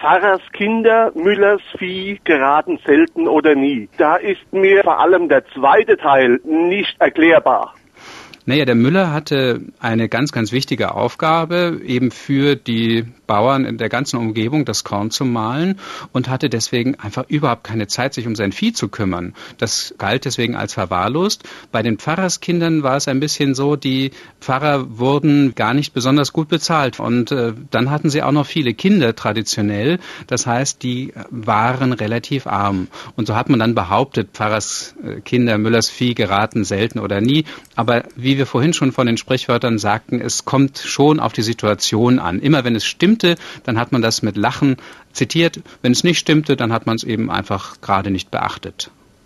Pfarrerskinder, Müllers Vieh geraten selten oder nie. Da ist mir vor allem der zweite Teil nicht erklärbar. Naja, der Müller hatte eine ganz, ganz wichtige Aufgabe, eben für die Bauern in der ganzen Umgebung das Korn zu mahlen und hatte deswegen einfach überhaupt keine Zeit, sich um sein Vieh zu kümmern. Das galt deswegen als verwahrlost. Bei den Pfarrerskindern war es ein bisschen so, die Pfarrer wurden gar nicht besonders gut bezahlt und dann hatten sie auch noch viele Kinder traditionell. Das heißt, die waren relativ arm. Und so hat man dann behauptet, Pfarrerskinder, Müllers Vieh geraten selten oder nie. Aber wie wir vorhin schon von den Sprichwörtern sagten, es kommt schon auf die Situation an. Immer wenn es stimmte, dann hat man das mit Lachen zitiert. Wenn es nicht stimmte, dann hat man es eben einfach gerade nicht beachtet.